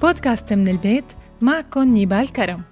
بودكاست من البيت، معكم نيبال كرم.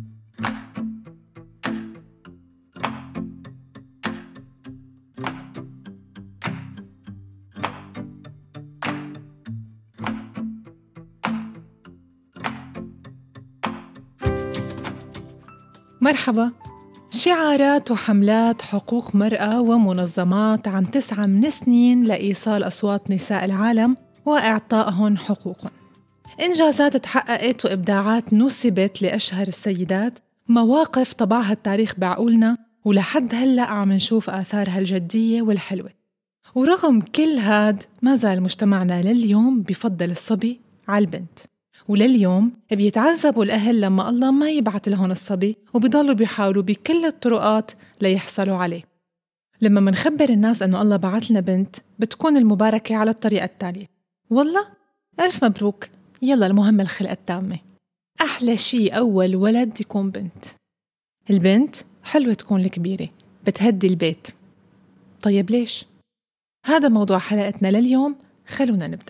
مرحبا. شعارات وحملات حقوق مرأة ومنظمات عم تسعى من سنين لإيصال أصوات نساء العالم وإعطائهم حقوقهم. إنجازات تحققت وإبداعات نسبت لأشهر السيدات، مواقف طبعها التاريخ بعقولنا ولحد هلأ عم نشوف آثارها الجدية والحلوة. ورغم كل هاد ما زال مجتمعنا لليوم بفضل الصبي على البنت، ولليوم بيتعذبوا الأهل لما الله ما يبعت لهم الصبي وبيضلوا بيحاولوا بكل الطرقات ليحصلوا عليه. لما منخبر الناس أنه الله بعت لنا بنت بتكون المباركة على الطريقة التالية: والله ألف مبروك، يلا المهم الخلقة التامة. أحلى شي أول ولد يكون بنت. البنت حلوة تكون الكبيرة، بتهدي البيت. طيب ليش؟ هذا موضوع حلقتنا لليوم، خلونا نبدأ.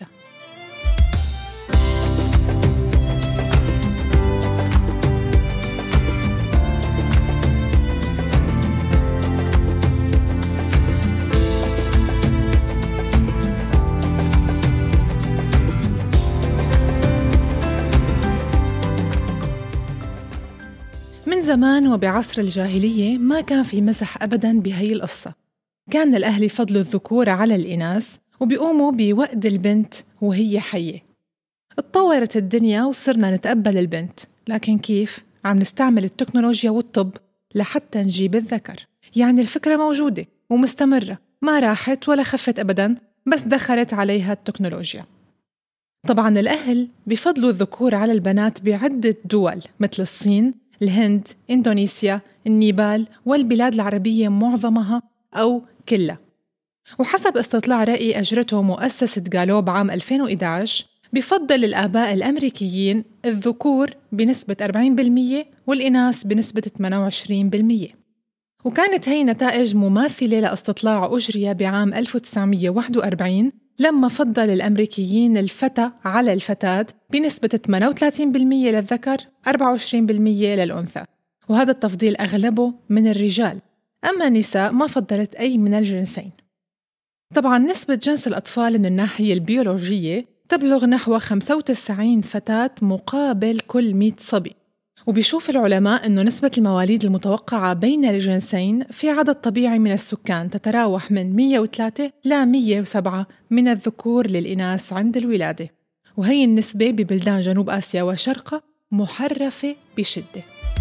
من زمان وبعصر الجاهلية ما كان في مزح أبداً بهي القصة. كان الأهل يفضلوا الذكور على الإناث وبيقوموا بوقت البنت وهي حية. اتطورت الدنيا وصرنا نتقبل البنت، لكن كيف؟ عم نستعمل التكنولوجيا والطب لحتى نجيب الذكر. يعني الفكرة موجودة ومستمرة، ما راحت ولا خفت أبداً، بس دخلت عليها التكنولوجيا. طبعاً الأهل بفضلوا الذكور على البنات بعدة دول مثل الصين، الهند، إندونيسيا، النيبال والبلاد العربية معظمها أو كلها. وحسب استطلاع رأي أجرته مؤسسة جالوب عام 2011، بفضل الآباء الأمريكيين الذكور بنسبة 40% والإناث بنسبة 28%. وكانت هي نتائج مماثلة لاستطلاع أجري بعام 1941 لما فضل الأمريكيين الفتى على الفتاة بنسبة 38% للذكر 24% للأنثى، وهذا التفضيل أغلبه من الرجال، أما النساء ما فضلت أي من الجنسين. طبعاً نسبة جنس الأطفال من الناحية البيولوجية تبلغ نحو 95 فتاة مقابل كل 100 صبي. وبيشوف العلماء أنه نسبة المواليد المتوقعة بين الجنسين في عدد طبيعي من السكان تتراوح من 103 ل 107 من الذكور للإناث عند الولادة، وهي النسبة ببلدان جنوب آسيا وشرقها محرفة بشدة.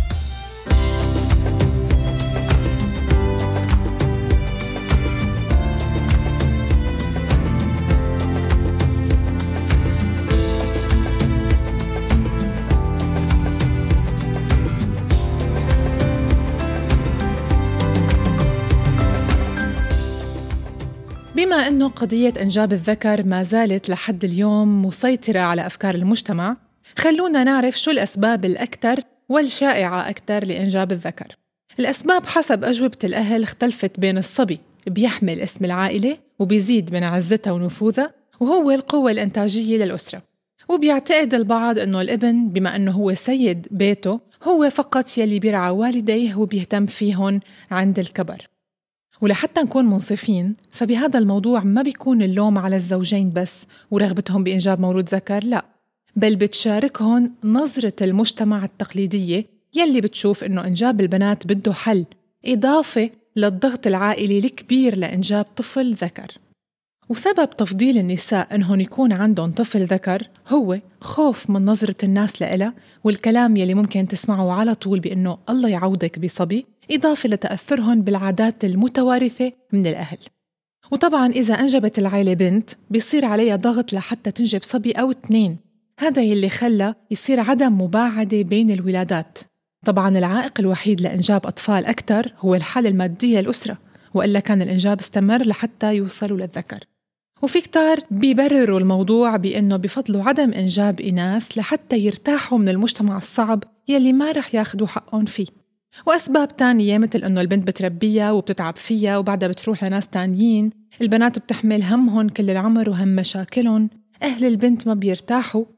بما أنه قضية إنجاب الذكر ما زالت لحد اليوم مسيطرة على أفكار المجتمع، خلونا نعرف شو الأسباب الأكثر والشائعة أكثر لإنجاب الذكر. الأسباب حسب أجوبة الأهل اختلفت بين الصبي بيحمل اسم العائلة وبيزيد من عزتها ونفوذها، وهو القوة الإنتاجية للأسرة. وبيعتقد البعض أنه الابن بما أنه هو سيد بيته هو فقط يلي بيرعى والديه وبيهتم فيهن عند الكبر. ولحتى نكون منصفين، فبهذا الموضوع ما بيكون اللوم على الزوجين بس ورغبتهم بإنجاب مولود ذكر، لا، بل بتشاركهم نظرة المجتمع التقليدية يلي بتشوف إنه إنجاب البنات بده حل إضافة للضغط العائلي الكبير لإنجاب طفل ذكر. وسبب تفضيل النساء إنهم يكون عندهم طفل ذكر هو خوف من نظرة الناس لإلها والكلام يلي ممكن تسمعه على طول بإنه الله يعوضك بصبي، إضافة لتأثرهم بالعادات المتوارثة من الأهل. وطبعاً إذا أنجبت العائلة بنت بيصير عليها ضغط لحتى تنجب صبي أو 2، هذا يلي خلى يصير عدم مباعدة بين الولادات. طبعاً العائق الوحيد لإنجاب أطفال أكثر هو الحالة المادية للأسرة، وإلا كان الإنجاب استمر لحتى يوصلوا للذكر. وفي كتار بيبرروا الموضوع بأنه بفضلوا عدم إنجاب إناث لحتى يرتاحوا من المجتمع الصعب يلي ما رح ياخدوا حقهم فيه. وأسباب تانية مثل أنه البنت بتربيها وبتتعب فيها وبعدها بتروح لناس تانيين، البنات بتحمل همهم كل العمر وهم مشاكلهم، أهل البنت ما بيرتاحوا،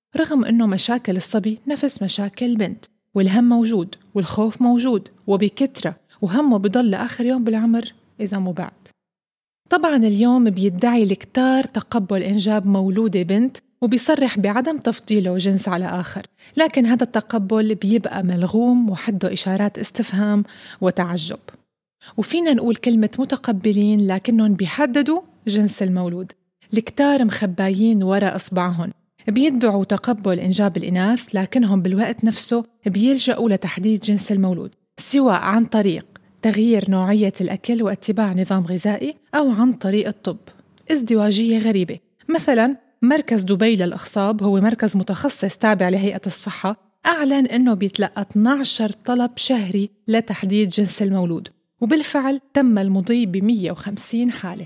رغم أنه مشاكل الصبي نفس مشاكل البنت، والهم موجود والخوف موجود وبكترة، وهمه بضل آخر يوم بالعمر إذا مو بعد. طبعاً اليوم بيدعي الكتار تقبل إنجاب مولودة بنت، وبيصرح بعدم تفضيله جنس على آخر، لكن هذا التقبل بيبقى ملغوم وحده إشارات استفهام وتعجب. وفينا نقول كلمة متقبلين لكنهم بيحددوا جنس المولود. الكتار مخبايين وراء إصبعهم، بيدعوا تقبل إنجاب الإناث لكنهم بالوقت نفسه بيلجأوا لتحديد جنس المولود، سواء عن طريق تغيير نوعية الأكل واتباع نظام غذائي أو عن طريق الطب. ازدواجية غريبة. مثلاً مركز دبي للأخصاب هو مركز متخصص تابع لهيئة الصحة، أعلن أنه بيتلقى 12 طلب شهري لتحديد جنس المولود، وبالفعل تم المضي ب150 حالة.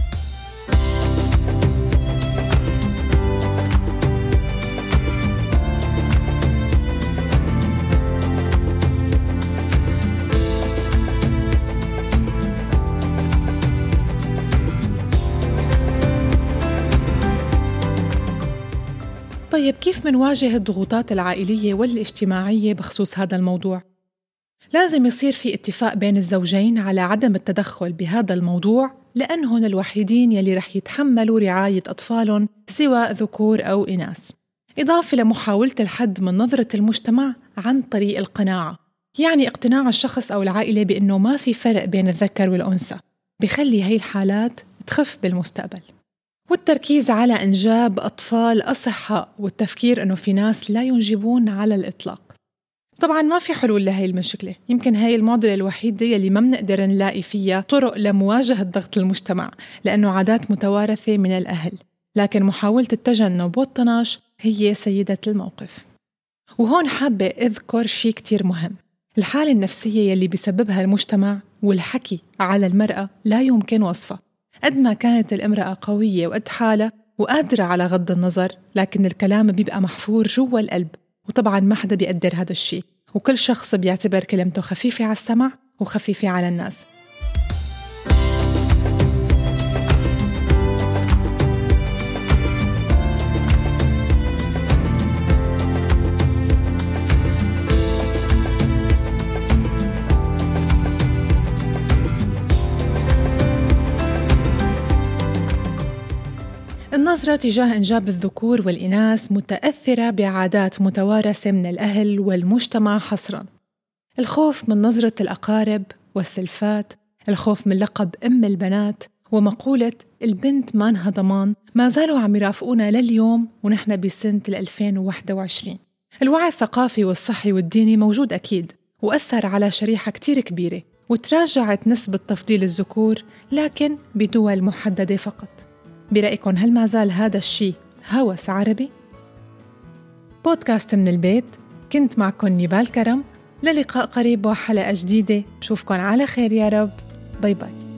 طيب كيف منواجه الضغوطات العائلية والاجتماعية بخصوص هذا الموضوع؟ لازم يصير في اتفاق بين الزوجين على عدم التدخل بهذا الموضوع، لأنهم الوحيدين يلي رح يتحملوا رعاية أطفالهم سواء ذكور أو إناث. إضافة لمحاولة الحد من نظرة المجتمع عن طريق القناعة، يعني اقتناع الشخص أو العائلة بأنه ما في فرق بين الذكر والأنثى، بخلي هاي الحالات تخف بالمستقبل. والتركيز على إنجاب أطفال أصحاء، والتفكير أنه في ناس لا ينجبون على الإطلاق. طبعاً ما في حلول لهي المشكلة، يمكن هاي المعضلة الوحيدة يلي ما بنقدر نلاقي فيها طرق لمواجهة ضغط المجتمع، لأنه عادات متوارثة من الأهل، لكن محاولة التجنب والطناش هي سيدة الموقف. وهون حابة أذكر شيء كتير مهم، الحالة النفسية يلي بيسببها المجتمع والحكي على المرأة لا يمكن وصفها. قد ما كانت الامرأة قوية وقد حالة وقادرة على غض النظر، لكن الكلام بيبقى محفور جوا القلب، وطبعاً ما حدا بيقدر هذا الشيء، وكل شخص بيعتبر كلمته خفيفة على السمع وخفيفة على الناس. النظرة تجاه إنجاب الذكور والإناث متأثرة بعادات متوارثة من الأهل والمجتمع حصراً. الخوف من نظرة الأقارب والسلفات، الخوف من لقب أم البنات، ومقولة البنت مانها ضمان ما زالوا عم يرافقونا لليوم ونحن بسنة 2021. الوعي الثقافي والصحي والديني موجود أكيد، وأثر على شريحة كتير كبيرة، وتراجعت نسبة تفضيل الذكور لكن بدول محددة فقط. برأيكم هل ما زال هذا الشيء هوس عربي؟ بودكاست من البيت، كنت معكم نيبال كرم، للقاء قريب وحلقة جديدة. بشوفكن على خير يا رب. باي باي.